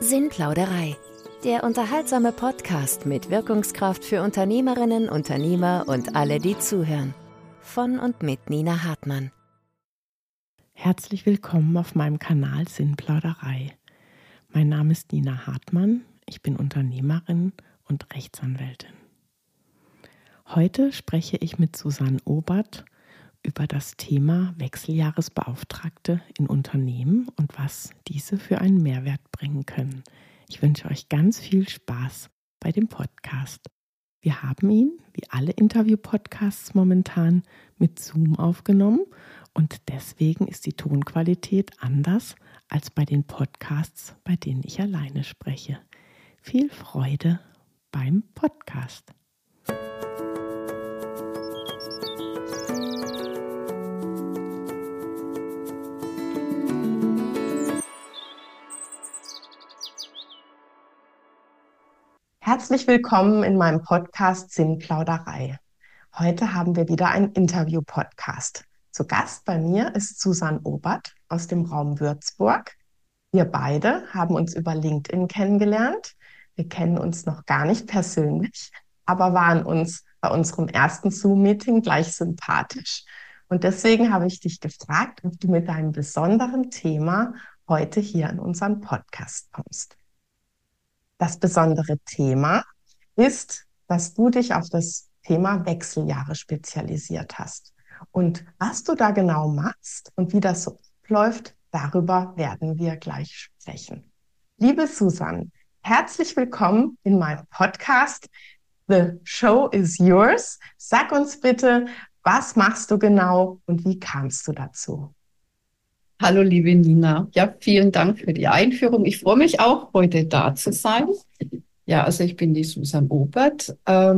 Sinnplauderei, der unterhaltsame Podcast mit Wirkungskraft für Unternehmerinnen, Unternehmer und alle, die zuhören. Von und mit Nina Hartmann. Herzlich willkommen auf meinem Kanal Sinnplauderei. Mein Name ist Nina Hartmann, ich bin Unternehmerin und Rechtsanwältin. Heute spreche ich mit Susanne Obert über das Thema Wechseljahresbeauftragte in Unternehmen und was diese für einen Mehrwert bringen können. Ich wünsche euch ganz viel Spaß bei dem Podcast. Wir haben ihn, wie alle Interview-Podcasts momentan, mit Zoom aufgenommen und deswegen ist die Tonqualität anders als bei den Podcasts, bei denen ich alleine spreche. Viel Freude beim Podcast. Herzlich willkommen in meinem Podcast Sinnplauderei. Heute haben wir wieder einen Interview-Podcast. Zu Gast bei mir ist Susanne Obert aus dem Raum Würzburg. Wir beide haben uns über LinkedIn kennengelernt. Wir kennen uns noch gar nicht persönlich, aber waren uns bei unserem ersten Zoom-Meeting gleich sympathisch. Und deswegen habe ich dich gefragt, ob du mit deinem besonderen Thema heute hier in unseren Podcast kommst. Das besondere Thema ist, dass du dich auf das Thema Wechseljahre spezialisiert hast. Und was du da genau machst und wie das so läuft, darüber werden wir gleich sprechen. Liebe Susanne, herzlich willkommen in meinem Podcast. The show is yours. Sag uns bitte, was machst du genau und wie kamst du dazu? Hallo, liebe Nina. Ja, vielen Dank für die Einführung. Ich freue mich auch, heute da zu sein. Ja, also ich bin die Susanne Obert.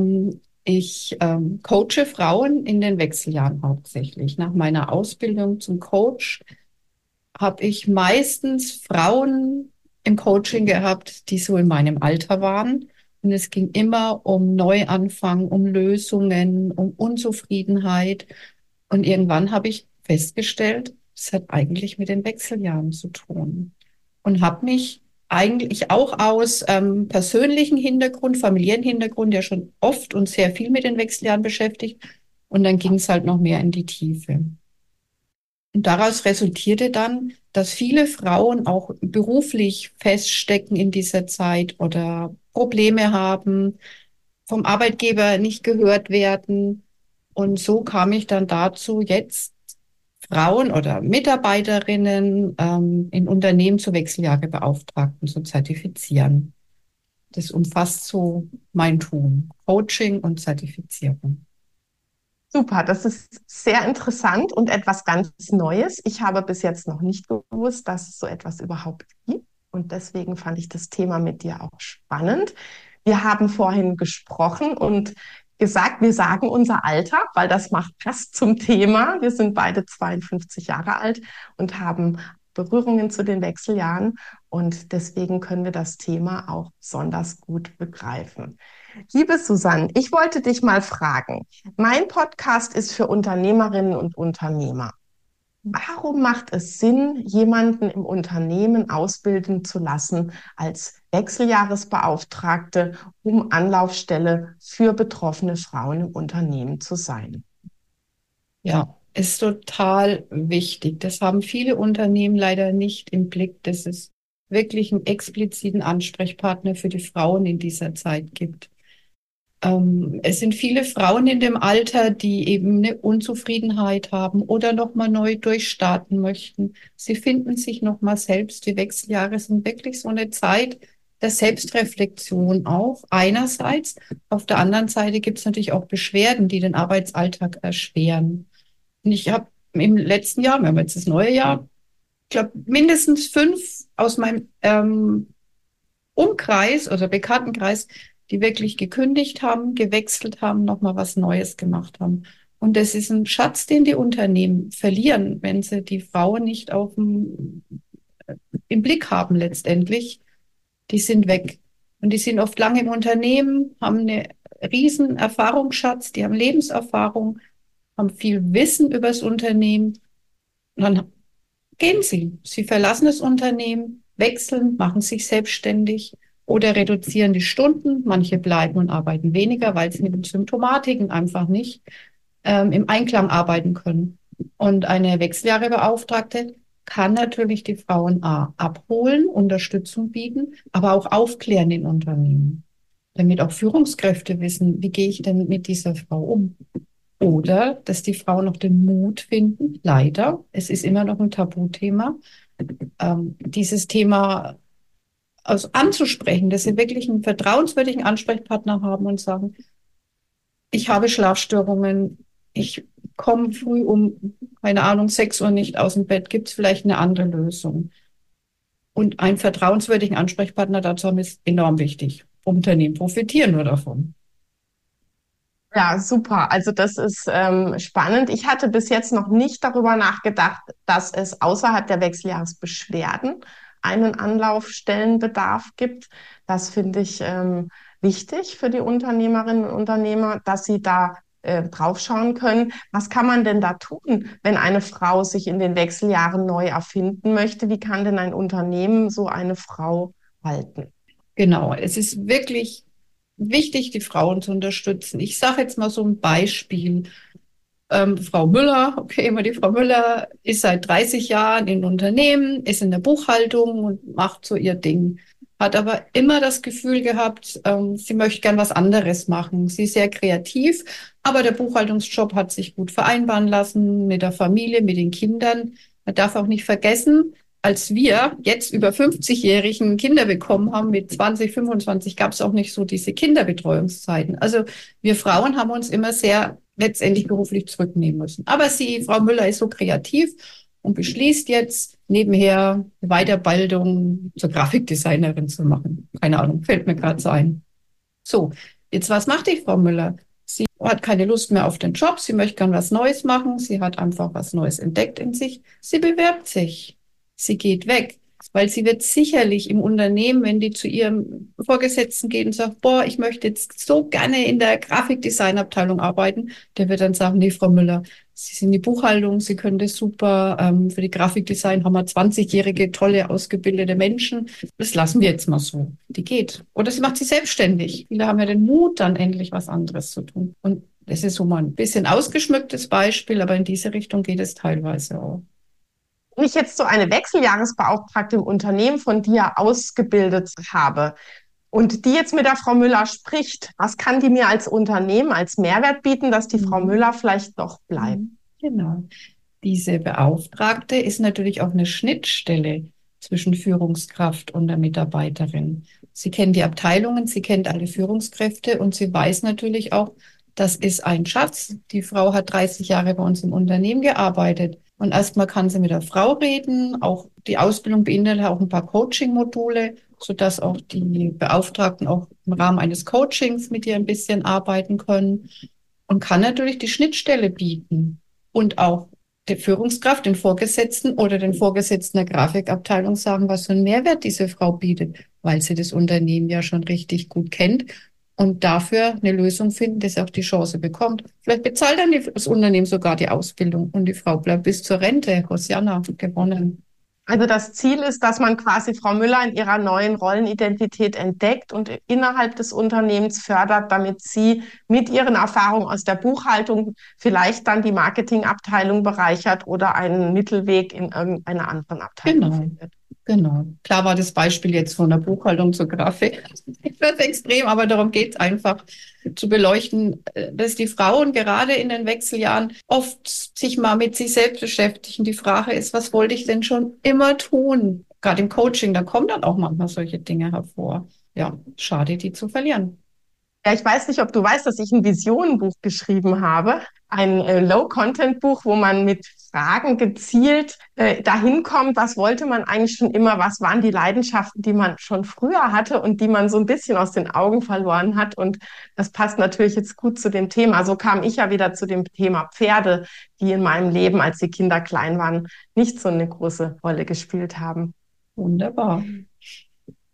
Ich coache Frauen in den Wechseljahren hauptsächlich. Nach meiner Ausbildung zum Coach habe ich meistens Frauen im Coaching gehabt, die so in meinem Alter waren. Und es ging immer um Neuanfang, um Lösungen, um Unzufriedenheit. Und irgendwann habe ich festgestellt, es hat eigentlich mit den Wechseljahren zu tun. Und habe mich eigentlich auch aus persönlichen Hintergrund, familiären Hintergrund ja schon oft und sehr viel mit den Wechseljahren beschäftigt. Und dann ging es halt noch mehr in die Tiefe. Und daraus resultierte dann, dass viele Frauen auch beruflich feststecken in dieser Zeit oder Probleme haben, vom Arbeitgeber nicht gehört werden. Und so kam ich dann dazu, jetzt Frauen oder Mitarbeiterinnen in Unternehmen zu Wechseljahrebeauftragten zu zertifizieren. Das umfasst so mein Tun, Coaching und Zertifizierung. Super, das ist sehr interessant und etwas ganz Neues. Ich habe bis jetzt noch nicht gewusst, dass es so etwas überhaupt gibt. Und deswegen fand ich das Thema mit dir auch spannend. Wir haben vorhin gesprochen und gesagt, wir sagen unser Alter, weil das passt zum Thema. Wir sind beide 52 Jahre alt und haben Berührungen zu den Wechseljahren. Und deswegen können wir das Thema auch besonders gut begreifen. Liebe Susanne, ich wollte dich mal fragen. Mein Podcast ist für Unternehmerinnen und Unternehmer. Warum macht es Sinn, jemanden im Unternehmen ausbilden zu lassen als Wechseljahresbeauftragte, um Anlaufstelle für betroffene Frauen im Unternehmen zu sein? Ja, ist total wichtig. Das haben viele Unternehmen leider nicht im Blick, dass es wirklich einen expliziten Ansprechpartner für die Frauen in dieser Zeit gibt. Es sind viele Frauen in dem Alter, die eben eine Unzufriedenheit haben oder nochmal neu durchstarten möchten. Sie finden sich nochmal selbst. Die Wechseljahre sind wirklich so eine Zeit der Selbstreflexion auch einerseits. Auf der anderen Seite gibt es natürlich auch Beschwerden, die den Arbeitsalltag erschweren. Und ich habe im letzten Jahr, wir haben jetzt das neue Jahr, ich glaube, mindestens 5 aus meinem Umkreis oder Bekanntenkreis, die wirklich gekündigt haben, gewechselt haben, nochmal was Neues gemacht haben. Und das ist ein Schatz, den die Unternehmen verlieren, wenn sie die Frauen nicht im Blick haben letztendlich. Die sind weg. Und die sind oft lange im Unternehmen, haben eine riesen Erfahrungsschatz, die haben Lebenserfahrung, haben viel Wissen über das Unternehmen. Und dann gehen sie. Sie verlassen das Unternehmen wechseln, machen sich selbstständig oder reduzieren die Stunden. Manche bleiben und arbeiten weniger, weil sie mit den Symptomatiken einfach nicht im Einklang arbeiten können. Und eine Wechseljahrebeauftragte kann natürlich die Frauen abholen, Unterstützung bieten, aber auch aufklären in Unternehmen, damit auch Führungskräfte wissen, wie gehe ich denn mit dieser Frau um? Oder dass die Frauen noch den Mut finden, leider, es ist immer noch ein Tabuthema, dieses Thema anzusprechen, dass sie wirklich einen vertrauenswürdigen Ansprechpartner haben und sagen, ich habe Schlafstörungen, ich komme früh um, keine Ahnung, 6 Uhr nicht aus dem Bett, gibt es vielleicht eine andere Lösung? Und einen vertrauenswürdigen Ansprechpartner dazu haben ist enorm wichtig. Unternehmen profitieren nur davon. Ja, super. Also das ist spannend. Ich hatte bis jetzt noch nicht darüber nachgedacht, dass es außerhalb der Wechseljahresbeschwerden einen Anlaufstellenbedarf gibt. Das finde ich wichtig für die Unternehmerinnen und Unternehmer, dass sie da draufschauen können. Was kann man denn da tun, wenn eine Frau sich in den Wechseljahren neu erfinden möchte? Wie kann denn ein Unternehmen so eine Frau halten? Genau, es ist wirklich wichtig, die Frauen zu unterstützen. Ich sage jetzt mal so ein Beispiel. Frau Müller, okay, immer die Frau Müller ist seit 30 Jahren in Unternehmen, ist in der Buchhaltung und macht so ihr Ding. Hat aber immer das Gefühl gehabt, sie möchte gern was anderes machen. Sie ist sehr kreativ, aber der Buchhaltungsjob hat sich gut vereinbaren lassen mit der Familie, mit den Kindern. Man darf auch nicht vergessen, als wir jetzt über 50-jährigen Kinder bekommen haben, mit 20, 25, gab es auch nicht so diese Kinderbetreuungszeiten. Also wir Frauen haben uns immer sehr letztendlich beruflich zurücknehmen müssen. Aber Frau Müller, ist so kreativ und beschließt jetzt nebenher eine Weiterbildung zur Grafikdesignerin zu machen. Keine Ahnung, fällt mir gerade so ein. So, jetzt was macht die Frau Müller? Sie hat keine Lust mehr auf den Job, sie möchte gern was Neues machen, sie hat einfach was Neues entdeckt in sich. Sie bewirbt sich, sie geht weg. Weil sie wird sicherlich im Unternehmen, wenn die zu ihrem Vorgesetzten geht und sagt, boah, ich möchte jetzt so gerne in der Grafikdesignabteilung arbeiten, der wird dann sagen, nee, Frau Müller, Sie sind die Buchhaltung, Sie können das super. Für die Grafikdesign haben wir 20-jährige, tolle, ausgebildete Menschen. Das lassen wir jetzt mal so. Die geht. Oder sie macht sich selbstständig. Viele haben ja den Mut, dann endlich was anderes zu tun. Und das ist so mal ein bisschen ausgeschmücktes Beispiel, aber in diese Richtung geht es teilweise auch. Wenn ich jetzt so eine Wechseljahresbeauftragte im Unternehmen von dir ausgebildet habe und die jetzt mit der Frau Müller spricht, was kann die mir als Unternehmen als Mehrwert bieten, dass die Frau Müller vielleicht doch bleibt? Genau. Diese Beauftragte ist natürlich auch eine Schnittstelle zwischen Führungskraft und der Mitarbeiterin. Sie kennt die Abteilungen, sie kennt alle Führungskräfte und sie weiß natürlich auch, das ist ein Schatz. Die Frau hat 30 Jahre bei uns im Unternehmen gearbeitet. Und erstmal kann sie mit der Frau reden. Auch die Ausbildung beinhaltet auch ein paar Coaching-Module, sodass auch die Beauftragten auch im Rahmen eines Coachings mit ihr ein bisschen arbeiten können und kann natürlich die Schnittstelle bieten und auch der Führungskraft, den Vorgesetzten oder den Vorgesetzten der Grafikabteilung sagen, was für einen Mehrwert diese Frau bietet, weil sie das Unternehmen ja schon richtig gut kennt und dafür eine Lösung finden, dass sie auch die Chance bekommt. Vielleicht bezahlt dann das Unternehmen sogar die Ausbildung und die Frau bleibt bis zur Rente. Hosianna, gewonnen. Also das Ziel ist, dass man quasi Frau Müller in ihrer neuen Rollenidentität entdeckt und innerhalb des Unternehmens fördert, damit sie mit ihren Erfahrungen aus der Buchhaltung vielleicht dann die Marketingabteilung bereichert oder einen Mittelweg in irgendeiner anderen Abteilung Genau. findet. Genau. Klar war das Beispiel jetzt von der Buchhaltung zur Grafik etwas extrem, aber darum geht es einfach zu beleuchten, dass die Frauen gerade in den Wechseljahren oft sich mal mit sich selbst beschäftigen. Die Frage ist, was wollte ich denn schon immer tun? Gerade im Coaching, da kommen dann auch manchmal solche Dinge hervor. Ja, schade, die zu verlieren. Ja, ich weiß nicht, ob du weißt, dass ich ein Visionenbuch geschrieben habe. Ein Low-Content-Buch, wo man mit Fragen gezielt dahin kommt, was wollte man eigentlich schon immer, was waren die Leidenschaften, die man schon früher hatte und die man so ein bisschen aus den Augen verloren hat. Und das passt natürlich jetzt gut zu dem Thema. So kam ich ja wieder zu dem Thema Pferde, die in meinem Leben, als die Kinder klein waren, nicht so eine große Rolle gespielt haben. Wunderbar.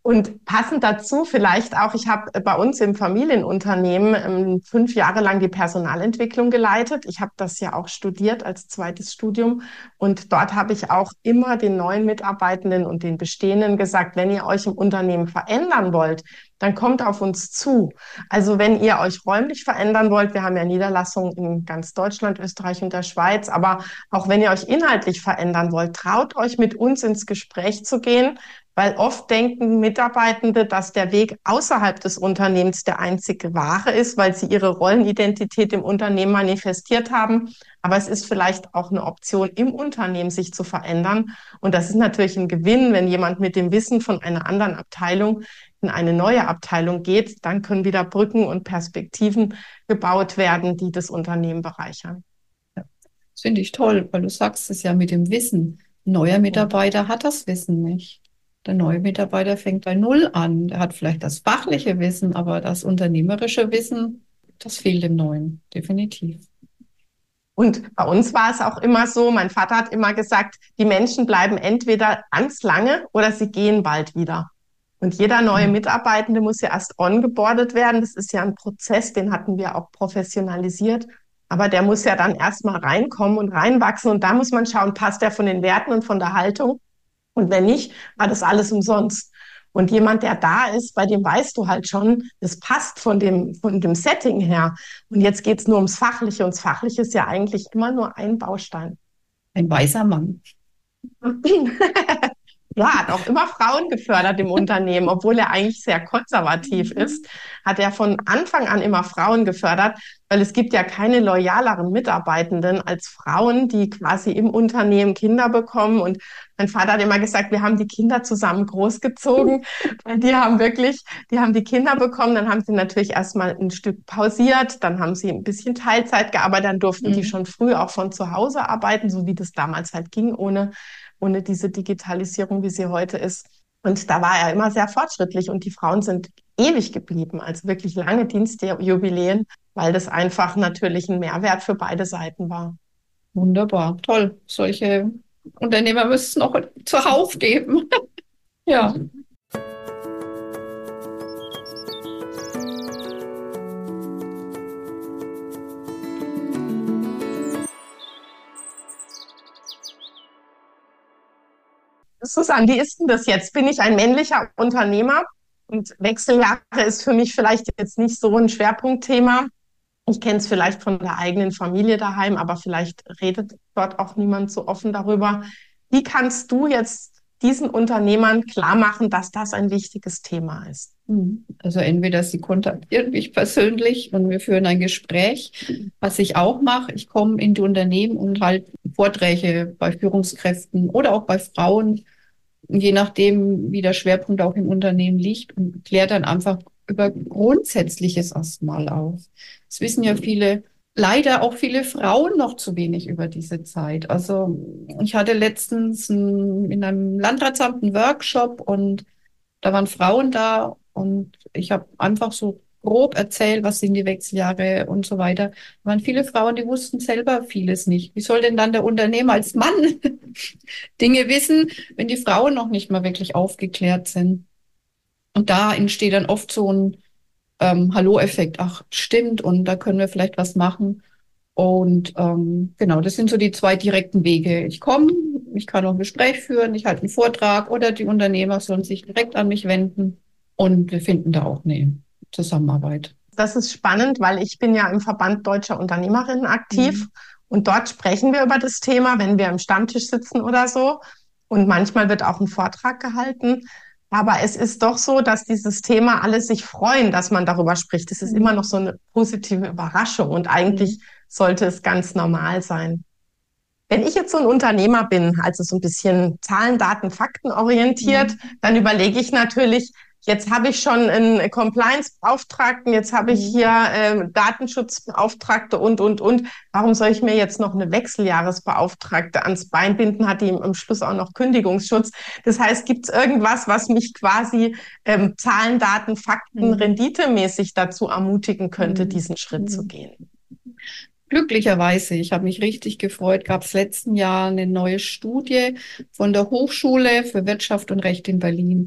Und passend dazu vielleicht auch, ich habe bei uns im Familienunternehmen 5 Jahre lang die Personalentwicklung geleitet. Ich habe das ja auch studiert als zweites Studium. Und dort habe ich auch immer den neuen Mitarbeitenden und den bestehenden gesagt, wenn ihr euch im Unternehmen verändern wollt, dann kommt auf uns zu. Also wenn ihr euch räumlich verändern wollt, wir haben ja Niederlassungen in ganz Deutschland, Österreich und der Schweiz, aber auch wenn ihr euch inhaltlich verändern wollt, traut euch mit uns ins Gespräch zu gehen. Weil oft denken Mitarbeitende, dass der Weg außerhalb des Unternehmens der einzige wahre ist, weil sie ihre Rollenidentität im Unternehmen manifestiert haben. Aber es ist vielleicht auch eine Option, im Unternehmen sich zu verändern. Und das ist natürlich ein Gewinn, wenn jemand mit dem Wissen von einer anderen Abteilung in eine neue Abteilung geht. Dann können wieder Brücken und Perspektiven gebaut werden, die das Unternehmen bereichern. Ja, das finde ich toll, weil du sagst es ja mit dem Wissen. Ein neuer Mitarbeiter hat das Wissen nicht. Der neue Mitarbeiter fängt bei Null an. Der hat vielleicht das fachliche Wissen, aber das unternehmerische Wissen, das fehlt dem Neuen, definitiv. Und bei uns war es auch immer so, mein Vater hat immer gesagt, die Menschen bleiben entweder ganz lange oder sie gehen bald wieder. Und jeder neue Mhm. Mitarbeitende muss ja erst ongeboardet werden. Das ist ja ein Prozess, den hatten wir auch professionalisiert. Aber der muss ja dann erstmal reinkommen und reinwachsen. Und da muss man schauen, passt der von den Werten und von der Haltung? Und wenn nicht, war das alles umsonst. Und jemand, der da ist, bei dem weißt du halt schon, das passt von dem Setting her. Und jetzt geht's nur ums Fachliche. Und das Fachliche ist ja eigentlich immer nur ein Baustein. Ein weiser Mann. Ja, hat auch immer Frauen gefördert im Unternehmen, obwohl er eigentlich sehr konservativ ist, hat er von Anfang an immer Frauen gefördert, weil es gibt ja keine loyaleren Mitarbeitenden als Frauen, die quasi im Unternehmen Kinder bekommen. Und mein Vater hat immer gesagt, wir haben die Kinder zusammen großgezogen, weil die haben die Kinder bekommen, dann haben sie natürlich erstmal ein Stück pausiert, dann haben sie ein bisschen Teilzeit gearbeitet, dann durften die Mhm. schon früh auch von zu Hause arbeiten, so wie das damals halt ging, ohne diese Digitalisierung, wie sie heute ist. Und da war er immer sehr fortschrittlich und die Frauen sind ewig geblieben, also wirklich lange Dienstjubiläen, weil das einfach natürlich ein Mehrwert für beide Seiten war. Wunderbar, toll. Solche Unternehmer müsste es noch zuhauf geben. Ja. Susanne, wie ist denn das jetzt? Bin ich ein männlicher Unternehmer und Wechseljahre ist für mich vielleicht jetzt nicht so ein Schwerpunktthema. Ich kenne es vielleicht von der eigenen Familie daheim, aber vielleicht redet dort auch niemand so offen darüber. Wie kannst du jetzt diesen Unternehmern klar machen, dass das ein wichtiges Thema ist? Also entweder sie kontaktieren mich persönlich und wir führen ein Gespräch. Was ich auch mache, ich komme in die Unternehmen und halte Vorträge bei Führungskräften oder auch bei Frauen, je nachdem, wie der Schwerpunkt auch im Unternehmen liegt, und kläre dann einfach über Grundsätzliches erstmal auf. Es wissen ja viele, leider auch viele Frauen noch zu wenig über diese Zeit. Also ich hatte letztens in einem Landratsamt einen Workshop und da waren Frauen da und ich habe einfach so grob erzählt, was sind die Wechseljahre und so weiter. Da waren viele Frauen, die wussten selber vieles nicht. Wie soll denn dann der Unternehmer als Mann Dinge wissen, wenn die Frauen noch nicht mal wirklich aufgeklärt sind? Und da entsteht dann oft so ein Hallo-Effekt. Ach, stimmt, und da können wir vielleicht was machen. Und genau, das sind so die zwei direkten Wege. Ich komme, ich kann auch ein Gespräch führen, ich halte einen Vortrag oder die Unternehmer sollen sich direkt an mich wenden und wir finden da auch eine Zusammenarbeit. Das ist spannend, weil ich bin ja im Verband Deutscher Unternehmerinnen aktiv Mhm. und dort sprechen wir über das Thema, wenn wir am Stammtisch sitzen oder so. Und manchmal wird auch ein Vortrag gehalten. Aber es ist doch so, dass dieses Thema alle sich freuen, dass man darüber spricht. Es ist immer noch so eine positive Überraschung und eigentlich Mhm. sollte es ganz normal sein. Wenn ich jetzt so ein Unternehmer bin, also so ein bisschen Zahlen, Daten, Fakten orientiert, Mhm. dann überlege ich natürlich, jetzt habe ich schon einen Compliance-Beauftragten, jetzt habe ich Mhm. hier Datenschutzbeauftragte und. Warum soll ich mir jetzt noch eine Wechseljahresbeauftragte ans Bein binden? Hat die am Schluss auch noch Kündigungsschutz? Das heißt, gibt es irgendwas, was mich quasi Zahlen, Daten, Fakten, Mhm. renditemäßig dazu ermutigen könnte, Mhm. diesen Schritt zu Mhm. gehen? Glücklicherweise, ich habe mich richtig gefreut, gab es letzten Jahr eine neue Studie von der Hochschule für Wirtschaft und Recht in Berlin.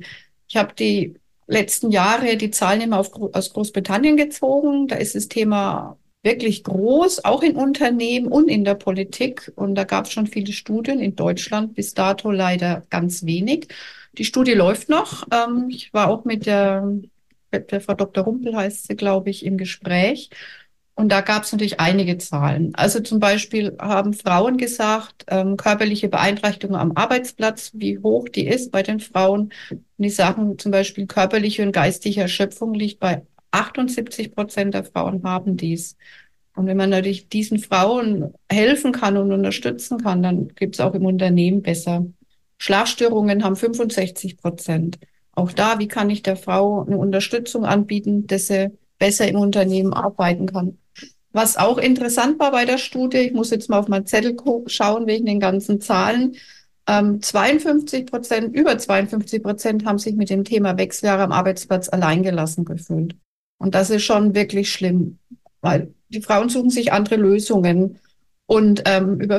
Ich habe die letzten Jahre die Zahlen immer aus Großbritannien gezogen. Da ist das Thema wirklich groß, auch in Unternehmen und in der Politik. Und da gab es schon viele Studien. In Deutschland bis dato leider ganz wenig. Die Studie läuft noch. Ich war auch mit der Frau Dr. Rumpel, heißt sie, glaube ich, im Gespräch. Und da gab es natürlich einige Zahlen. Also zum Beispiel haben Frauen gesagt, körperliche Beeinträchtigung am Arbeitsplatz, wie hoch die ist bei den Frauen. Und die sagen zum Beispiel, körperliche und geistige Erschöpfung liegt bei 78% der Frauen haben dies. Und wenn man natürlich diesen Frauen helfen kann und unterstützen kann, dann gibt es auch im Unternehmen besser. Schlafstörungen haben 65%. Auch da, wie kann ich der Frau eine Unterstützung anbieten, dass sie besser im Unternehmen arbeiten kann? Was auch interessant war bei der Studie, ich muss jetzt mal auf meinen Zettel schauen wegen den ganzen Zahlen, 52%, über 52% haben sich mit dem Thema Wechseljahre am Arbeitsplatz alleingelassen gefühlt. Und das ist schon wirklich schlimm, weil die Frauen suchen sich andere Lösungen. Und über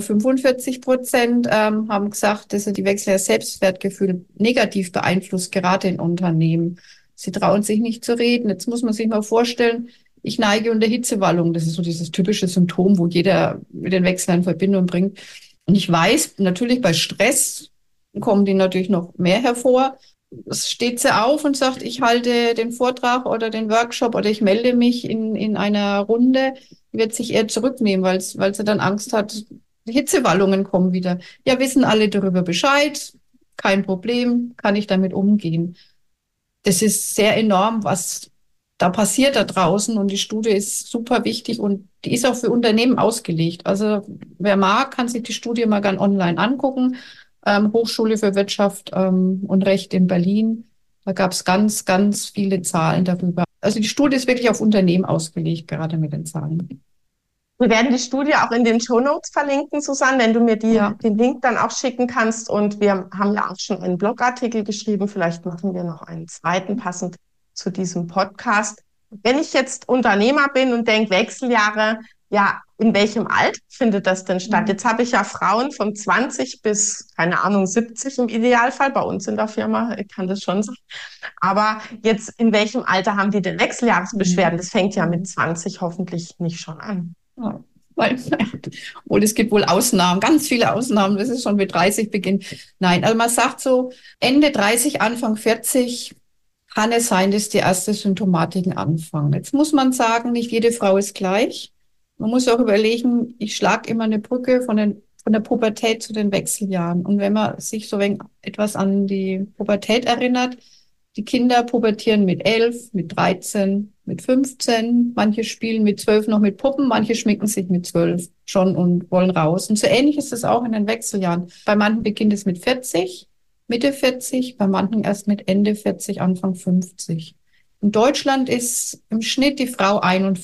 45% haben gesagt, dass sie die Wechseljahre Selbstwertgefühl negativ beeinflusst, gerade in Unternehmen. Sie trauen sich nicht zu reden. Jetzt muss man sich mal vorstellen, ich neige unter Hitzewallung. Das ist so dieses typische Symptom, wo jeder mit den Wechseln in Verbindung bringt. Und ich weiß, natürlich bei Stress kommen die natürlich noch mehr hervor. Es steht sie auf und sagt, ich halte den Vortrag oder den Workshop oder ich melde mich in einer Runde, wird sich eher zurücknehmen, weil sie dann Angst hat, Hitzewallungen kommen wieder. Ja, wissen alle darüber Bescheid, kein Problem, kann ich damit umgehen. Das ist sehr enorm, was da passiert da draußen und die Studie ist super wichtig und die ist auch für Unternehmen ausgelegt. Also wer mag, kann sich die Studie mal gern online angucken. Hochschule für Wirtschaft und Recht in Berlin. Da gab es ganz, ganz viele Zahlen darüber. Also die Studie ist wirklich auf Unternehmen ausgelegt, gerade mit den Zahlen. Wir werden die Studie auch in den Shownotes verlinken, Susanne, wenn du mir Ja. den Link dann auch schicken kannst. Und wir haben ja auch schon einen Blogartikel geschrieben. Vielleicht machen wir noch einen zweiten passend zu diesem Podcast. Wenn ich jetzt Unternehmer bin und denke, Wechseljahre, ja, in welchem Alter findet das denn statt? Jetzt habe ich ja Frauen von 20 bis, keine Ahnung, 70 im Idealfall. Bei uns in der Firma kann das schon sein. Aber jetzt, in welchem Alter haben die denn Wechseljahresbeschwerden? Das fängt ja mit 20 hoffentlich nicht schon an. Ja, weil, obwohl es gibt wohl Ausnahmen, ganz viele Ausnahmen, das ist schon mit 30 beginnt. Nein, also man sagt so, Ende 30, Anfang 40 kann es sein, dass die erste Symptomatiken anfangen. Jetzt muss man sagen, nicht jede Frau ist gleich. Man muss auch überlegen, ich schlage immer eine Brücke von der Pubertät zu den Wechseljahren. Und wenn man sich so etwas an die Pubertät erinnert, die Kinder pubertieren mit 11, mit 13, mit 15. Manche spielen mit 12 noch mit Puppen, manche schminken sich mit 12 schon und wollen raus. Und so ähnlich ist es auch in den Wechseljahren. Bei manchen beginnt es mit 40, Mitte 40, bei manchen erst mit Ende 40, Anfang 50. In Deutschland ist im Schnitt die Frau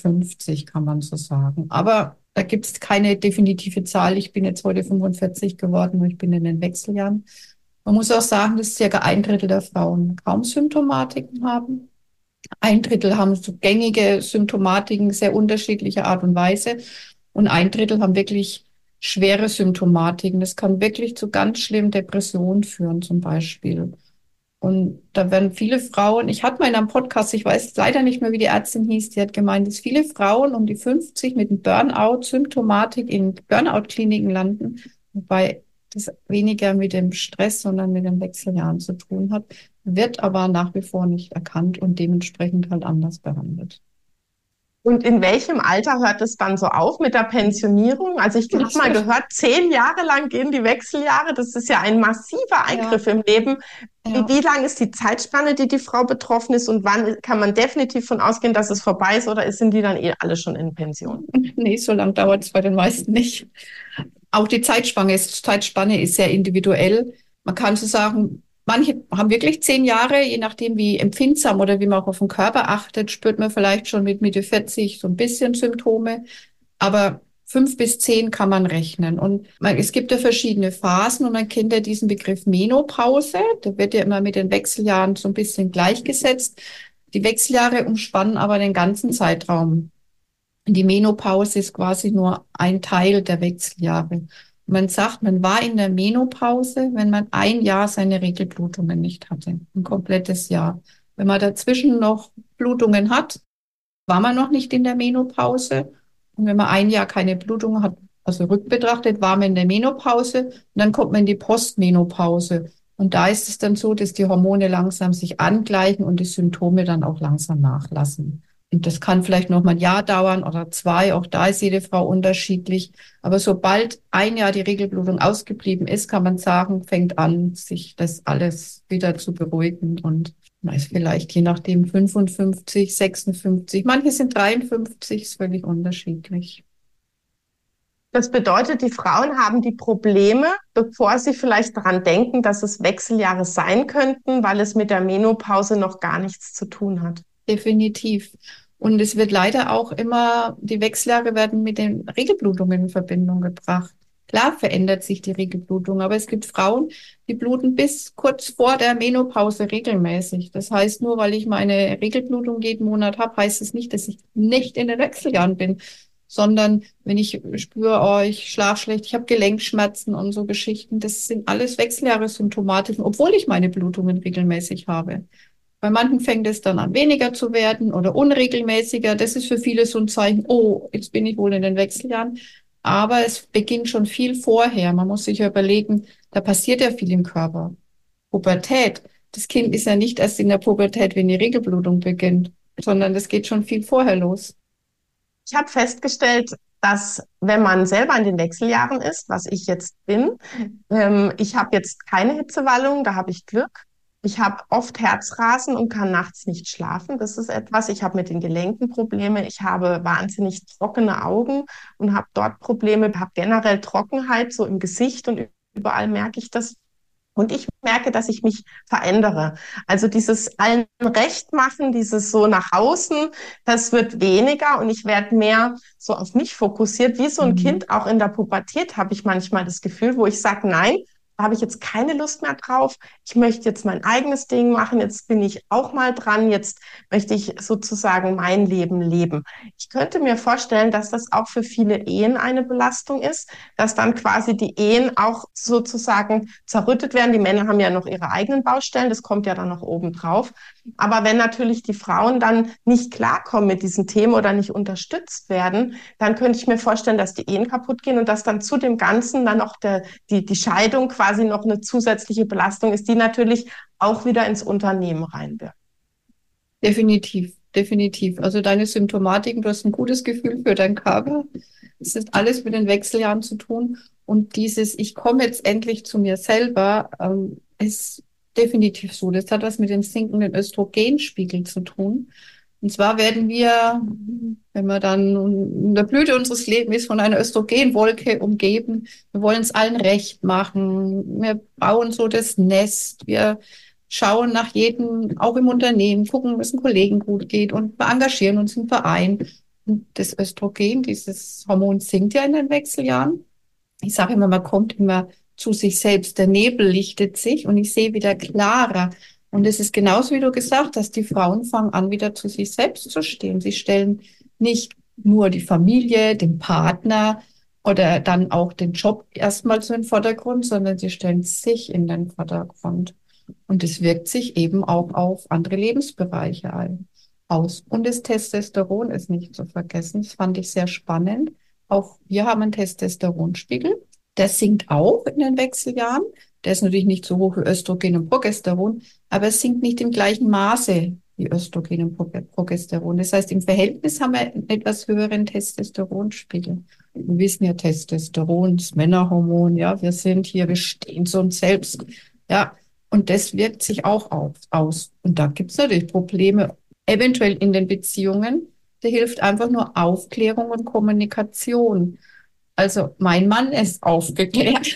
51, kann man so sagen. Aber da gibt es keine definitive Zahl. Ich bin jetzt heute 45 geworden und ich bin in den Wechseljahren. Man muss auch sagen, dass circa 1/3 der Frauen kaum Symptomatiken haben. 1/3 haben so gängige Symptomatiken sehr unterschiedlicher Art und Weise. Und 1/3 haben wirklich schwere Symptomatiken. Das kann wirklich zu ganz schlimmen Depressionen führen, zum Beispiel. Und da werden viele Frauen, ich hatte mal in einem Podcast, ich weiß leider nicht mehr, wie die Ärztin hieß, die hat gemeint, dass viele Frauen um die 50 mit einem Burnout-Symptomatik in Burnout-Kliniken landen, wobei das weniger mit dem Stress, sondern mit den Wechseljahren zu tun hat, wird aber nach wie vor nicht erkannt und dementsprechend halt anders behandelt. Und in welchem Alter hört es dann so auf mit der Pensionierung? Also ich habe mal gehört, 10 Jahre lang gehen die Wechseljahre. Das ist ja ein massiver Eingriff im Leben. Ja. Wie lang ist die Zeitspanne, die Frau betroffen ist? Und wann kann man definitiv von ausgehen, dass es vorbei ist? Oder sind die dann eh alle schon in Pension? Nee, so lange dauert es bei den meisten nicht. Auch die Zeitspanne ist sehr individuell. Man kann so sagen, manche haben wirklich 10 Jahre, je nachdem wie empfindsam oder wie man auch auf den Körper achtet, spürt man vielleicht schon mit Mitte 40 so ein bisschen Symptome. Aber 5 bis 10 kann man rechnen. Und es gibt ja verschiedene Phasen und man kennt ja diesen Begriff Menopause. Der wird ja immer mit den Wechseljahren so ein bisschen gleichgesetzt. Die Wechseljahre umspannen aber den ganzen Zeitraum. Die Menopause ist quasi nur ein Teil der Wechseljahre. Man sagt, man war in der Menopause, wenn man ein Jahr seine Regelblutungen nicht hatte. Ein komplettes Jahr. Wenn man dazwischen noch Blutungen hat, war man noch nicht in der Menopause. Und wenn man ein Jahr keine Blutung hat, also rückbetrachtet, war man in der Menopause. Und dann kommt man in die Postmenopause. Und da ist es dann so, dass die Hormone langsam sich angleichen und die Symptome dann auch langsam nachlassen. Und das kann vielleicht noch mal ein Jahr dauern oder zwei. Auch da ist jede Frau unterschiedlich. Aber sobald ein Jahr die Regelblutung ausgeblieben ist, kann man sagen, fängt an, sich das alles wieder zu beruhigen. Und man ist vielleicht je nachdem 55, 56. Manche sind 53, ist völlig unterschiedlich. Das bedeutet, die Frauen haben die Probleme, bevor sie vielleicht daran denken, dass es Wechseljahre sein könnten, weil es mit der Menopause noch gar nichts zu tun hat. Definitiv. Und es wird leider auch immer, die Wechseljahre werden mit den Regelblutungen in Verbindung gebracht. Klar verändert sich die Regelblutung, aber es gibt Frauen, die bluten bis kurz vor der Menopause regelmäßig. Das heißt, nur weil ich meine Regelblutung jeden Monat habe, heißt es nicht, dass ich nicht in den Wechseljahren bin, sondern wenn ich spüre, oh, ich schlafe schlecht, ich habe Gelenkschmerzen und so Geschichten, das sind alles Wechseljahressymptomatiken, obwohl ich meine Blutungen regelmäßig habe. Bei manchen fängt es dann an, weniger zu werden oder unregelmäßiger. Das ist für viele so ein Zeichen, oh, jetzt bin ich wohl in den Wechseljahren. Aber es beginnt schon viel vorher. Man muss sich ja überlegen, da passiert ja viel im Körper. Pubertät. Das Kind ist ja nicht erst in der Pubertät, wenn die Regelblutung beginnt, sondern das geht schon viel vorher los. Ich habe festgestellt, dass wenn man selber in den Wechseljahren ist, was ich jetzt bin, ich habe jetzt keine Hitzewallung, da habe ich Glück. Ich habe oft Herzrasen und kann nachts nicht schlafen. Das ist etwas. Ich habe mit den Gelenken Probleme. Ich habe wahnsinnig trockene Augen und habe dort Probleme. Ich habe generell Trockenheit so im Gesicht und überall merke ich das. Und ich merke, dass ich mich verändere. Also dieses allen recht machen, dieses so nach außen, das wird weniger und ich werde mehr so auf mich fokussiert. Wie so ein Mhm. Kind, auch in der Pubertät habe ich manchmal das Gefühl, wo ich sage, nein, da habe ich jetzt keine Lust mehr drauf. Ich möchte jetzt mein eigenes Ding machen. Jetzt bin ich auch mal dran. Jetzt möchte ich sozusagen mein Leben leben. Ich könnte mir vorstellen, dass das auch für viele Ehen eine Belastung ist, dass dann quasi die Ehen auch sozusagen zerrüttet werden. Die Männer haben ja noch ihre eigenen Baustellen, das kommt ja dann noch oben drauf. Aber wenn natürlich die Frauen dann nicht klarkommen mit diesen Themen oder nicht unterstützt werden, dann könnte ich mir vorstellen, dass die Ehen kaputt gehen und dass dann zu dem Ganzen dann auch die Scheidung quasi noch eine zusätzliche Belastung ist, die natürlich auch wieder ins Unternehmen reinwirkt. Definitiv, definitiv. Also deine Symptomatiken, du hast ein gutes Gefühl für deinen Körper. Es ist alles mit den Wechseljahren zu tun. Und dieses, ich komme jetzt endlich zu mir selber, ist definitiv so. Das hat was mit dem sinkenden Östrogenspiegel zu tun. Und zwar werden wir, wenn man dann in der Blüte unseres Lebens ist, von einer Östrogenwolke umgeben. Wir wollen es allen recht machen. Wir bauen so das Nest. Wir schauen nach jedem, auch im Unternehmen, gucken, dass es den Kollegen gut geht und wir engagieren uns im Verein. Und das Östrogen, dieses Hormon sinkt ja in den Wechseljahren. Ich sage immer, man kommt immer zu sich selbst. Der Nebel lichtet sich und ich sehe wieder klarer. Und es ist genauso, wie du gesagt hast, die Frauen fangen an, wieder zu sich selbst zu stehen. Sie stellen nicht nur die Familie, den Partner oder dann auch den Job erstmal so in den Vordergrund, sondern sie stellen sich in den Vordergrund. Und es wirkt sich eben auch auf andere Lebensbereiche aus. Und das Testosteron ist nicht zu vergessen. Das fand ich sehr spannend. Auch wir haben einen Testosteronspiegel. Der sinkt auch in den Wechseljahren. Der ist natürlich nicht so hoch wie Östrogen und Progesteron, aber es sinkt nicht im gleichen Maße wie Östrogen und Progesteron. Das heißt, im Verhältnis haben wir einen etwas höheren Testosteronspiegel. Wir wissen ja, Testosteron, das Männerhormon, ja, wir sind hier, wir stehen zu uns selbst. Ja, und das wirkt sich auch aus. Und da gibt es natürlich Probleme, eventuell in den Beziehungen. Da hilft einfach nur Aufklärung und Kommunikation. Also mein Mann ist aufgeklärt.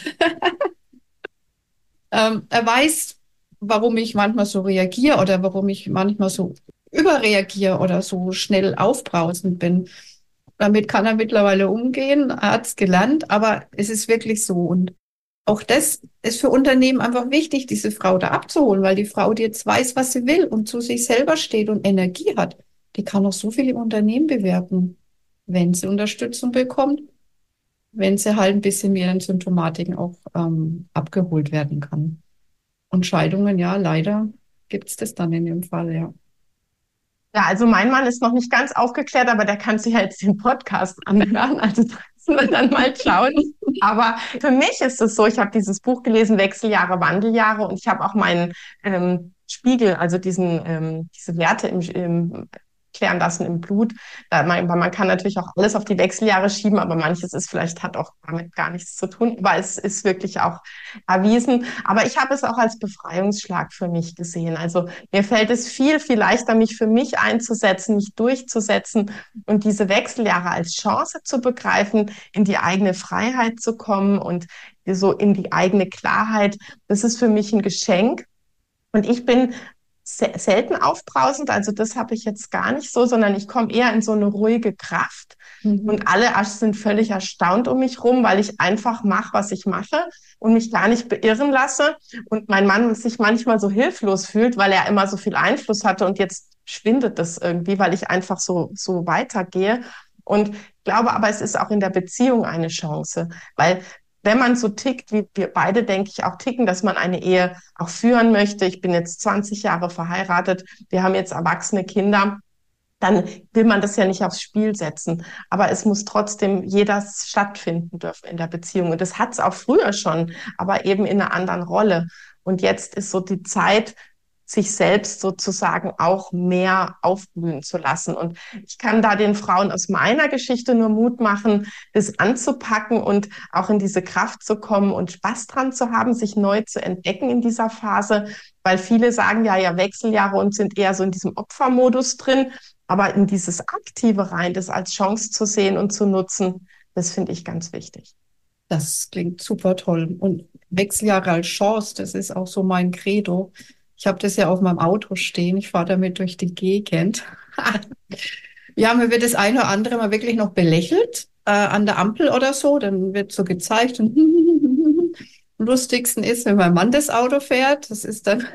Er weiß, warum ich manchmal so reagiere oder warum ich manchmal so überreagiere oder so schnell aufbrausend bin. Damit kann er mittlerweile umgehen. Er hat es gelernt, aber es ist wirklich so. Und auch das ist für Unternehmen einfach wichtig, diese Frau da abzuholen, weil die Frau, die jetzt weiß, was sie will und zu sich selber steht und Energie hat, die kann auch so viel im Unternehmen bewirken, wenn sie Unterstützung bekommt. wenn sie halt ein bisschen mehr in Symptomatiken auch abgeholt werden kann. Und Scheidungen, ja, leider gibt es das dann in dem Fall, ja. Ja, also mein Mann ist noch nicht ganz aufgeklärt, aber der kann sich ja jetzt den Podcast anhören. Also das müssen wir dann mal schauen. Aber für mich ist es so, ich habe dieses Buch gelesen, Wechseljahre, Wandeljahre, und ich habe auch meinen Spiegel, also diese Werte im klären lassen im Blut. Weil man kann natürlich auch alles auf die Wechseljahre schieben, aber manches ist vielleicht, hat auch damit gar nichts zu tun. Aber es ist wirklich auch erwiesen. Aber ich habe es auch als Befreiungsschlag für mich gesehen. Also mir fällt es viel, viel leichter, mich für mich einzusetzen, mich durchzusetzen und diese Wechseljahre als Chance zu begreifen, in die eigene Freiheit zu kommen und so in die eigene Klarheit. Das ist für mich ein Geschenk. Und ich bin selten aufbrausend, also das habe ich jetzt gar nicht so, sondern ich komme eher in so eine ruhige Kraft. Und alle sind völlig erstaunt um mich rum, weil ich einfach mache, was ich mache und mich gar nicht beirren lasse. Und mein Mann sich manchmal so hilflos fühlt, weil er immer so viel Einfluss hatte und jetzt schwindet das irgendwie, weil ich einfach so weitergehe. Und ich glaube aber, es ist auch in der Beziehung eine Chance, weil wenn man so tickt, wie wir beide, denke ich, auch ticken, dass man eine Ehe auch führen möchte. Ich bin jetzt 20 Jahre verheiratet. Wir haben jetzt erwachsene Kinder. Dann will man das ja nicht aufs Spiel setzen. Aber es muss trotzdem jeder stattfinden dürfen in der Beziehung. Und das hat es auch früher schon, aber eben in einer anderen Rolle. Und jetzt ist so die Zeit, sich selbst sozusagen auch mehr aufblühen zu lassen. Und ich kann da den Frauen aus meiner Geschichte nur Mut machen, das anzupacken und auch in diese Kraft zu kommen und Spaß dran zu haben, sich neu zu entdecken in dieser Phase, weil viele sagen ja Wechseljahre und sind eher so in diesem Opfermodus drin, aber in dieses Aktive rein, das als Chance zu sehen und zu nutzen, das finde ich ganz wichtig. Das klingt super toll. Und Wechseljahre als Chance, das ist auch so mein Credo. Ich habe das ja auf meinem Auto stehen. Ich fahre damit durch die Gegend. Ja, mir wird das eine oder andere mal wirklich noch belächelt an der Ampel oder so. Dann wird so gezeigt. Und am lustigsten ist, wenn mein Mann das Auto fährt. Das ist dann.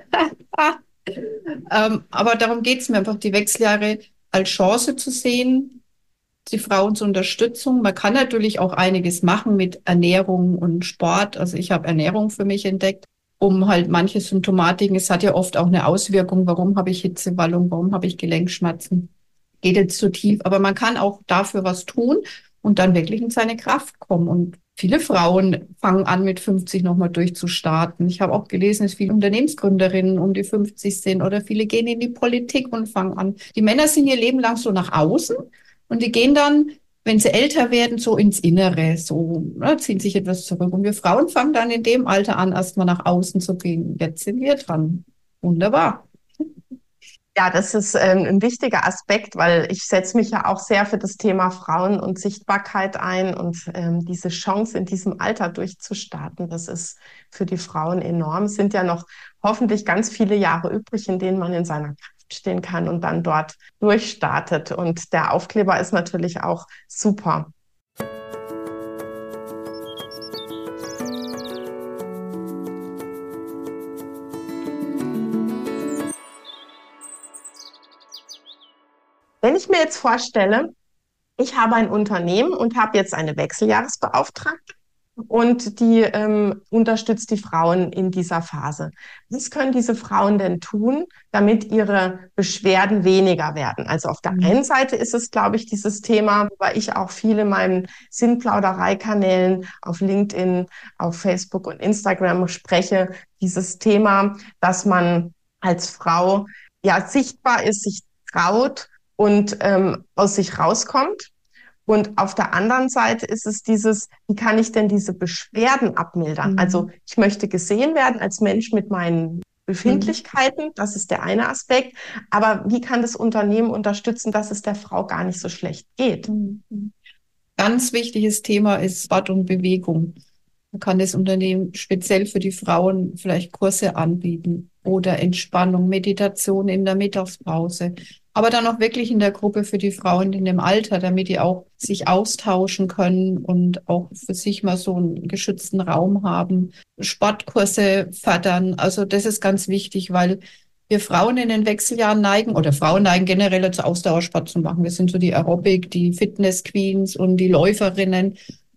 Aber darum geht es mir einfach, die Wechseljahre als Chance zu sehen, die Frauen zur Unterstützung. Man kann natürlich auch einiges machen mit Ernährung und Sport. Also ich habe Ernährung für mich entdeckt, um halt manche Symptomatiken, es hat ja oft auch eine Auswirkung, warum habe ich Hitzewallung, warum habe ich Gelenkschmerzen. Geht jetzt zu tief, aber man kann auch dafür was tun und dann wirklich in seine Kraft kommen. Und viele Frauen fangen an, mit 50 nochmal durchzustarten. Ich habe auch gelesen, dass viele Unternehmensgründerinnen um die 50 sind oder viele gehen in die Politik und fangen an. Die Männer sind ihr Leben lang so nach außen und die gehen dann, wenn sie älter werden, so ins Innere, so ziehen sich etwas zurück. Und wir Frauen fangen dann in dem Alter an, erstmal nach außen zu gehen. Jetzt sind wir dran. Wunderbar. Ja, das ist ein wichtiger Aspekt, weil ich setze mich ja auch sehr für das Thema Frauen und Sichtbarkeit ein und diese Chance in diesem Alter durchzustarten, das ist für die Frauen enorm. Es sind ja noch hoffentlich ganz viele Jahre übrig, in denen man in seiner Kraft stehen kann und dann dort durchstartet. Und der Aufkleber ist natürlich auch super. Wenn ich mir jetzt vorstelle, ich habe ein Unternehmen und habe jetzt eine Wechseljahresbeauftragte und die unterstützt die Frauen in dieser Phase. Was können diese Frauen denn tun, damit ihre Beschwerden weniger werden? Also auf der einen Seite ist es, glaube ich, dieses Thema, weil ich auch viel in meinen Sinnplauderei-Kanälen auf LinkedIn, auf Facebook und Instagram spreche, dieses Thema, dass man als Frau ja sichtbar ist, sich traut, und aus sich rauskommt. Und auf der anderen Seite ist es wie kann ich denn diese Beschwerden abmildern? Also ich möchte gesehen werden als Mensch mit meinen Befindlichkeiten, das ist der eine Aspekt. Aber wie kann das Unternehmen unterstützen, dass es der Frau gar nicht so schlecht geht? Ganz wichtiges Thema ist Sport und Bewegung. Man kann das Unternehmen speziell für die Frauen vielleicht Kurse anbieten oder Entspannung, Meditation in der Mittagspause. Aber dann auch wirklich in der Gruppe für die Frauen in dem Alter, damit die auch sich austauschen können und auch für sich mal so einen geschützten Raum haben. Sportkurse fördern. Also das ist ganz wichtig, weil wir Frauen in den Wechseljahren neigen, oder Frauen neigen generell zu Ausdauersport zu machen. Wir sind so die Aerobic, die Fitness-Queens und die Läuferinnen.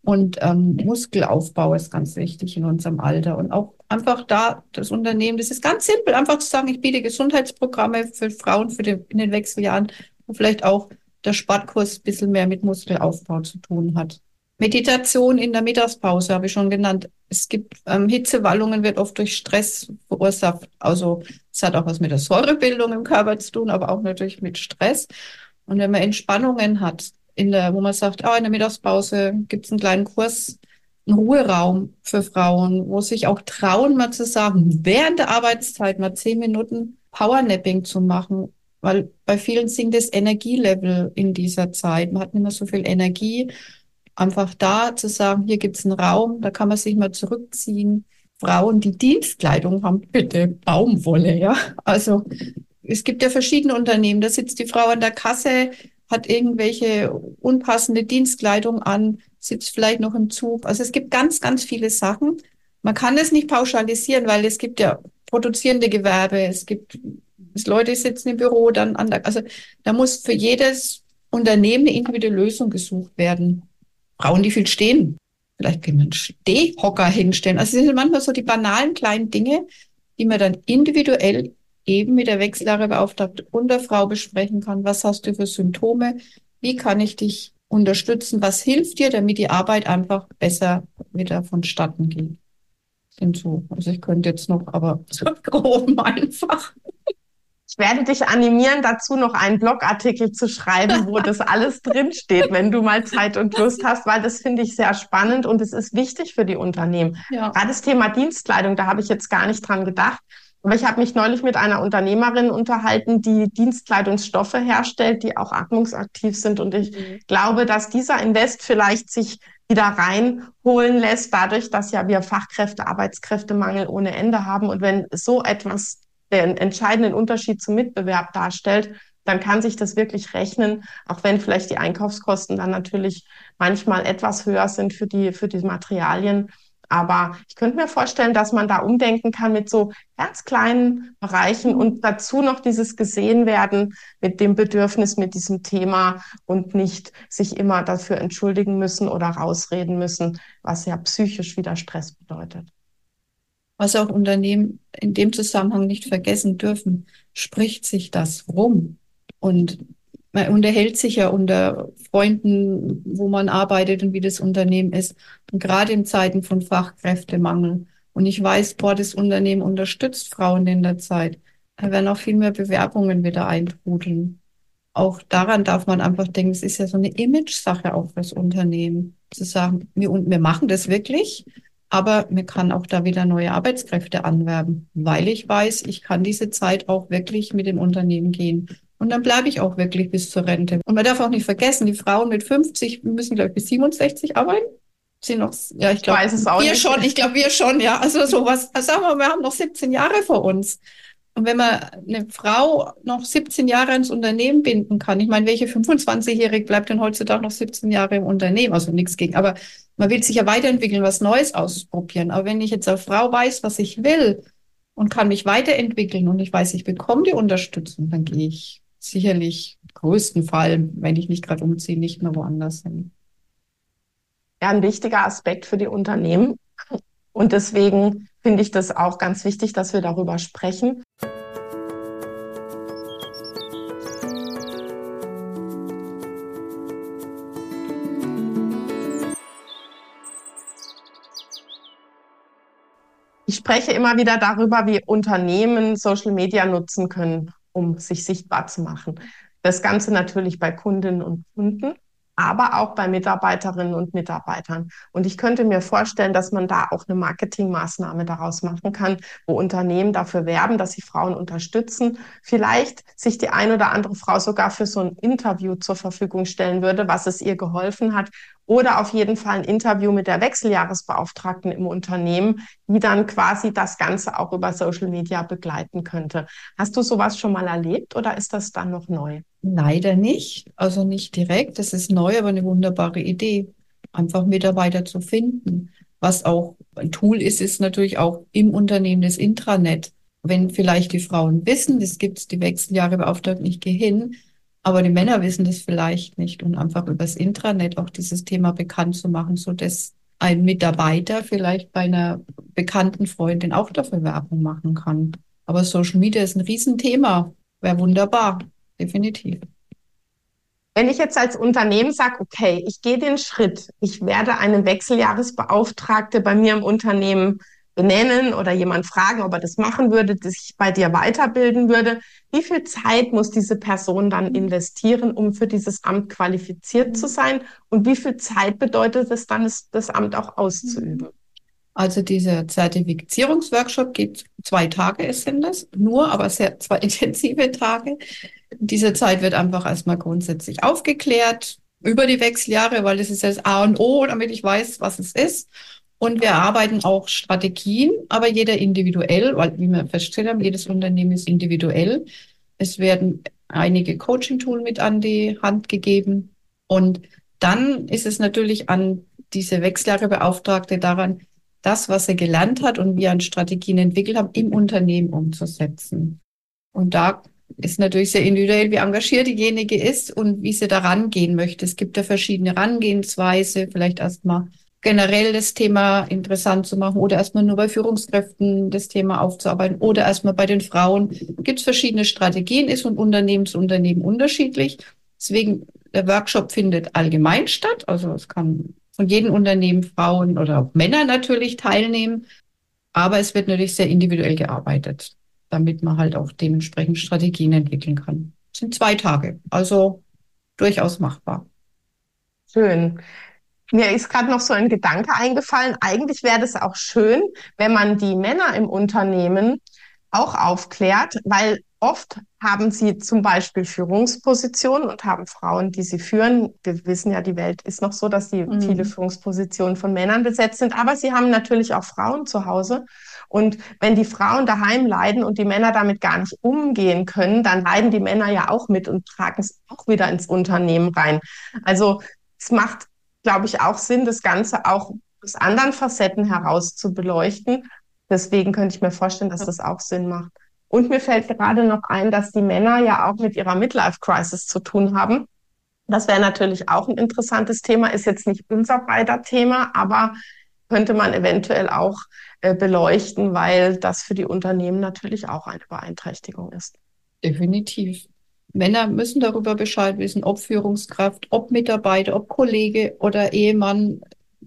Und Muskelaufbau ist ganz wichtig in unserem Alter. Und auch einfach da das Unternehmen, das ist ganz simpel, einfach zu sagen, ich biete Gesundheitsprogramme für Frauen in den Wechseljahren, wo vielleicht auch der Sportkurs ein bisschen mehr mit Muskelaufbau zu tun hat. Meditation in der Mittagspause habe ich schon genannt. Es gibt Hitzewallungen, wird oft durch Stress verursacht. Also es hat auch was mit der Säurebildung im Körper zu tun, aber auch natürlich mit Stress. Und wenn man Entspannungen hat, wo man sagt, in der Mittagspause gibt es einen kleinen Kurs, einen Ruheraum für Frauen, wo sich auch trauen, mal zu sagen, während der Arbeitszeit mal 10 Minuten Powernapping zu machen, weil bei vielen sinkt das Energielevel in dieser Zeit. Man hat nicht mehr so viel Energie. Einfach da zu sagen, hier gibt es einen Raum, da kann man sich mal zurückziehen. Frauen, die Dienstkleidung haben, bitte Baumwolle, ja. Also es gibt ja verschiedene Unternehmen, da sitzt die Frau an der Kasse, hat irgendwelche unpassende Dienstkleidung an, sitzt vielleicht noch im Zug. Also es gibt ganz, ganz viele Sachen. Man kann es nicht pauschalisieren, weil es gibt ja produzierende Gewerbe, es gibt Leute, die sitzen im Büro, dann also da muss für jedes Unternehmen eine individuelle Lösung gesucht werden. Frauen, die viel stehen, vielleicht kann man einen Stehhocker hinstellen. Also es sind manchmal so die banalen kleinen Dinge, die man dann individuell eben mit der Wechseljahrebeauftragten und der Frau besprechen kann. Was hast du für Symptome? Wie kann ich dich unterstützen? Was hilft dir, damit die Arbeit einfach besser wieder vonstatten geht? Hinzu. Also ich könnte jetzt noch, aber so grob einfach. Ich werde dich animieren, dazu noch einen Blogartikel zu schreiben, wo das alles drinsteht, wenn du mal Zeit und Lust hast, weil das finde ich sehr spannend und es ist wichtig für die Unternehmen. Ja. Gerade das Thema Dienstkleidung, da habe ich jetzt gar nicht dran gedacht. Aber ich habe mich neulich mit einer Unternehmerin unterhalten, die Dienstkleidungsstoffe herstellt, die auch atmungsaktiv sind. Und ich glaube, dass dieser Invest vielleicht sich wieder reinholen lässt, dadurch, dass ja wir Arbeitskräftemangel ohne Ende haben. Und wenn so etwas den entscheidenden Unterschied zum Mitbewerb darstellt, dann kann sich das wirklich rechnen, auch wenn vielleicht die Einkaufskosten dann natürlich manchmal etwas höher sind für die Materialien. Aber ich könnte mir vorstellen, dass man da umdenken kann mit so ganz kleinen Bereichen und dazu noch dieses gesehen werden mit dem Bedürfnis, mit diesem Thema und nicht sich immer dafür entschuldigen müssen oder rausreden müssen, was ja psychisch wieder Stress bedeutet. Was auch Unternehmen in dem Zusammenhang nicht vergessen dürfen, spricht sich das rum. Und man unterhält sich ja unter Freunden, wo man arbeitet und wie das Unternehmen ist. Und gerade in Zeiten von Fachkräftemangel. Und ich weiß, das Unternehmen unterstützt Frauen in der Zeit. Da werden auch viel mehr Bewerbungen wieder eintrudeln. Auch daran darf man einfach denken, es ist ja so eine Image-Sache auch fürs Unternehmen. Zu sagen, wir machen das wirklich. Aber mir kann auch da wieder neue Arbeitskräfte anwerben, weil ich weiß, ich kann diese Zeit auch wirklich mit dem Unternehmen gehen. Und dann bleibe ich auch wirklich bis zur Rente. Und man darf auch nicht vergessen, die Frauen mit 50 müssen, glaube ich, bis 67 arbeiten. Sie noch, ja, ich glaube, wir schon, ja. Also sowas, also sagen wir haben noch 17 Jahre vor uns. Und wenn man eine Frau noch 17 Jahre ins Unternehmen binden kann, ich meine, welche 25-Jährige bleibt denn heutzutage noch 17 Jahre im Unternehmen? Also nichts gegen, aber man will sich ja weiterentwickeln, was Neues ausprobieren. Aber wenn ich jetzt als Frau weiß, was ich will und kann mich weiterentwickeln und ich weiß, ich bekomme die Unterstützung, dann gehe ich sicherlich im größten Fall, wenn ich nicht gerade umziehe, nicht mehr woanders hin. Ja, ein wichtiger Aspekt für die Unternehmen. Und deswegen finde ich das auch ganz wichtig, dass wir darüber sprechen. Ich spreche immer wieder darüber, wie Unternehmen Social Media nutzen können, um sich sichtbar zu machen. Das Ganze natürlich bei Kundinnen und Kunden, aber auch bei Mitarbeiterinnen und Mitarbeitern. Und ich könnte mir vorstellen, dass man da auch eine Marketingmaßnahme daraus machen kann, wo Unternehmen dafür werben, dass sie Frauen unterstützen. Vielleicht sich die ein oder andere Frau sogar für so ein Interview zur Verfügung stellen würde, was es ihr geholfen hat. Oder auf jeden Fall ein Interview mit der Wechseljahresbeauftragten im Unternehmen, die dann quasi das Ganze auch über Social Media begleiten könnte. Hast du sowas schon mal erlebt oder ist das dann noch neu? Leider nicht, also nicht direkt. Das ist neu, aber eine wunderbare Idee, einfach Mitarbeiter zu finden. Was auch ein Tool ist, ist natürlich auch im Unternehmen das Intranet. Wenn vielleicht die Frauen wissen, es gibt die Wechseljahrebeauftragten, ich gehe hin, Aber die Männer wissen das vielleicht nicht und einfach übers Intranet auch dieses Thema bekannt zu machen, so dass ein Mitarbeiter vielleicht bei einer bekannten Freundin auch dafür Werbung machen kann. Aber Social Media ist ein Riesenthema. Wäre wunderbar, definitiv. Wenn ich jetzt als Unternehmen sage, okay, ich gehe den Schritt, ich werde eine Wechseljahresbeauftragte bei mir im Unternehmen benennen oder jemand fragen, ob er das machen würde, dass ich bei dir weiterbilden würde, wie viel Zeit muss diese Person dann investieren, um für dieses Amt qualifiziert zu sein? Und wie viel Zeit bedeutet es dann, das Amt auch auszuüben? Also dieser Zertifizierungsworkshop geht 2 Tage, sind es nur, aber sehr 2 intensive Tage. Diese Zeit wird einfach erstmal grundsätzlich aufgeklärt über die Wechseljahre, weil das ist ja das A und O, damit ich weiß, was es ist. Und wir erarbeiten auch Strategien, aber jeder individuell, weil, wie wir festgestellt haben, jedes Unternehmen ist individuell. Es werden einige Coaching-Tools mit an die Hand gegeben. Und dann ist es natürlich an diese Wechseljahrebeauftragte daran, das, was er gelernt hat und wie er an Strategien entwickelt hat, im Unternehmen umzusetzen. Und da ist natürlich sehr individuell, wie engagiert diejenige ist und wie sie da rangehen möchte. Es gibt ja verschiedene Herangehensweise, vielleicht erstmal generell das Thema interessant zu machen oder erstmal nur bei Führungskräften das Thema aufzuarbeiten oder erstmal bei den Frauen. Gibt es verschiedene Strategien, ist von Unternehmen zu Unternehmen unterschiedlich. Deswegen, der Workshop findet allgemein statt. Also es kann von jedem Unternehmen Frauen oder auch Männer natürlich teilnehmen. Aber es wird natürlich sehr individuell gearbeitet, damit man halt auch dementsprechend Strategien entwickeln kann. Es sind 2 Tage, also durchaus machbar. Schön. Mir ist gerade noch so ein Gedanke eingefallen. Eigentlich wäre das auch schön, wenn man die Männer im Unternehmen auch aufklärt, weil oft haben sie zum Beispiel Führungspositionen und haben Frauen, die sie führen. Wir wissen ja, die Welt ist noch so, dass die viele Mhm. Führungspositionen von Männern besetzt sind, aber sie haben natürlich auch Frauen zu Hause. Und wenn die Frauen daheim leiden und die Männer damit gar nicht umgehen können, dann leiden die Männer ja auch mit und tragen es auch wieder ins Unternehmen rein. Also es macht, glaube ich, auch Sinn, das Ganze auch aus anderen Facetten heraus zu beleuchten. Deswegen könnte ich mir vorstellen, dass das auch Sinn macht. Und mir fällt gerade noch ein, dass die Männer ja auch mit ihrer Midlife-Crisis zu tun haben. Das wäre natürlich auch ein interessantes Thema, ist jetzt nicht unser beider Thema, aber könnte man eventuell auch beleuchten, weil das für die Unternehmen natürlich auch eine Beeinträchtigung ist. Definitiv. Männer müssen darüber Bescheid wissen, ob Führungskraft, ob Mitarbeiter, ob Kollege oder Ehemann.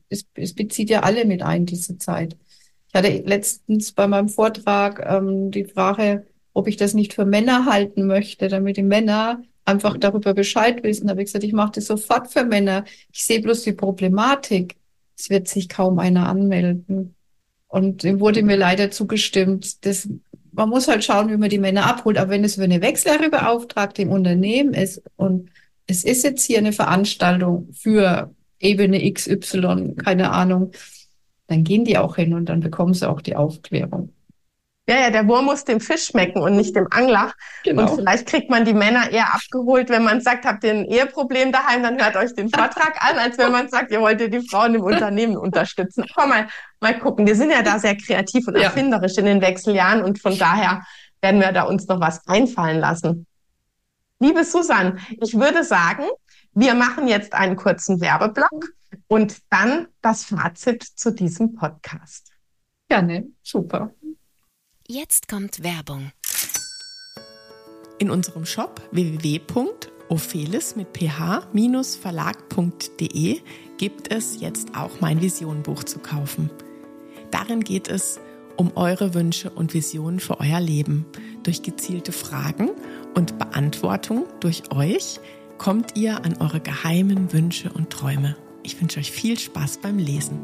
Es bezieht ja alle mit ein, diese Zeit. Ich hatte letztens bei meinem Vortrag die Frage, ob ich das nicht für Männer halten möchte, damit die Männer einfach darüber Bescheid wissen. Da habe ich gesagt, ich mache das sofort für Männer. Ich sehe bloß die Problematik. Es wird sich kaum einer anmelden. Und dem wurde mir leider zugestimmt. Man muss halt schauen, wie man die Männer abholt. Aber wenn es für eine Wechseljahrebeauftragte im Unternehmen ist und es ist jetzt hier eine Veranstaltung für Ebene XY, keine Ahnung, dann gehen die auch hin und dann bekommen sie auch die Aufklärung. Ja, der Wurm muss dem Fisch schmecken und nicht dem Angler. Und Genau. vielleicht kriegt man die Männer eher abgeholt, wenn man sagt, habt ihr ein Eheproblem daheim, dann hört euch den Vortrag an, als wenn man sagt, ihr wollt die Frauen im Unternehmen unterstützen. Aber mal gucken. Wir sind ja da sehr kreativ und Ja, erfinderisch in den Wechseljahren und von daher werden wir da uns noch was einfallen lassen. Liebe Susan, ich würde sagen, wir machen jetzt einen kurzen Werbeblock und dann das Fazit zu diesem Podcast. gerne. Super. Jetzt kommt Werbung. In unserem Shop www.ophelis mit ph-verlag.de gibt es jetzt auch mein Visionenbuch zu kaufen. Darin geht es um eure Wünsche und Visionen für euer Leben. Durch gezielte Fragen und Beantwortung durch euch kommt ihr an eure geheimen Wünsche und Träume. Ich wünsche euch viel Spaß beim Lesen.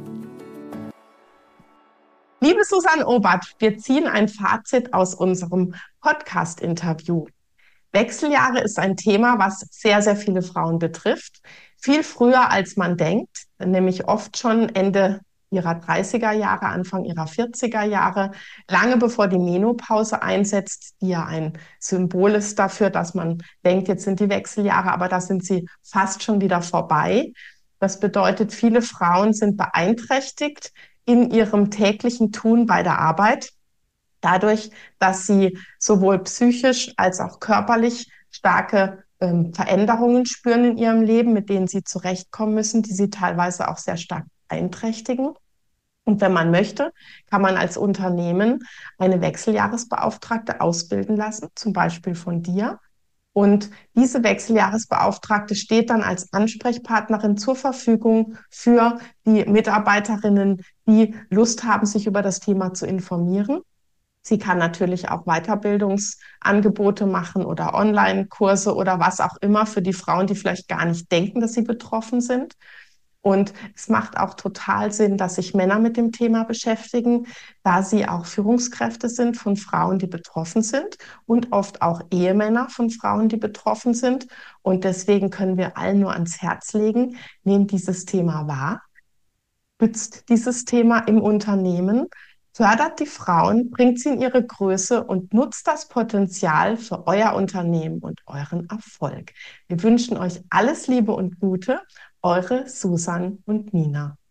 Liebe Susan Obert, wir ziehen ein Fazit aus unserem Podcast-Interview. Wechseljahre ist ein Thema, was sehr, sehr viele Frauen betrifft. Viel früher, als man denkt, nämlich oft schon Ende ihrer 30er Jahre, Anfang ihrer 40er Jahre, lange bevor die Menopause einsetzt, die ja ein Symbol ist dafür, dass man denkt, jetzt sind die Wechseljahre, aber da sind sie fast schon wieder vorbei. Das bedeutet, viele Frauen sind beeinträchtigt in ihrem täglichen Tun bei der Arbeit, dadurch, dass sie sowohl psychisch als auch körperlich starke Veränderungen spüren in ihrem Leben, mit denen sie zurechtkommen müssen, die sie teilweise auch sehr stark beeinträchtigen. Und wenn man möchte, kann man als Unternehmen eine Wechseljahresbeauftragte ausbilden lassen, zum Beispiel von dir. Und diese Wechseljahresbeauftragte steht dann als Ansprechpartnerin zur Verfügung für die Mitarbeiterinnen, die Lust haben, sich über das Thema zu informieren. Sie kann natürlich auch Weiterbildungsangebote machen oder Online-Kurse oder was auch immer für die Frauen, die vielleicht gar nicht denken, dass sie betroffen sind. Und es macht auch total Sinn, dass sich Männer mit dem Thema beschäftigen, da sie auch Führungskräfte sind von Frauen, die betroffen sind und oft auch Ehemänner von Frauen, die betroffen sind. Und deswegen können wir allen nur ans Herz legen, nehmt dieses Thema wahr, nützt dieses Thema im Unternehmen, fördert die Frauen, bringt sie in ihre Größe und nutzt das Potenzial für euer Unternehmen und euren Erfolg. Wir wünschen euch alles Liebe und Gute, eure Susan und Nina.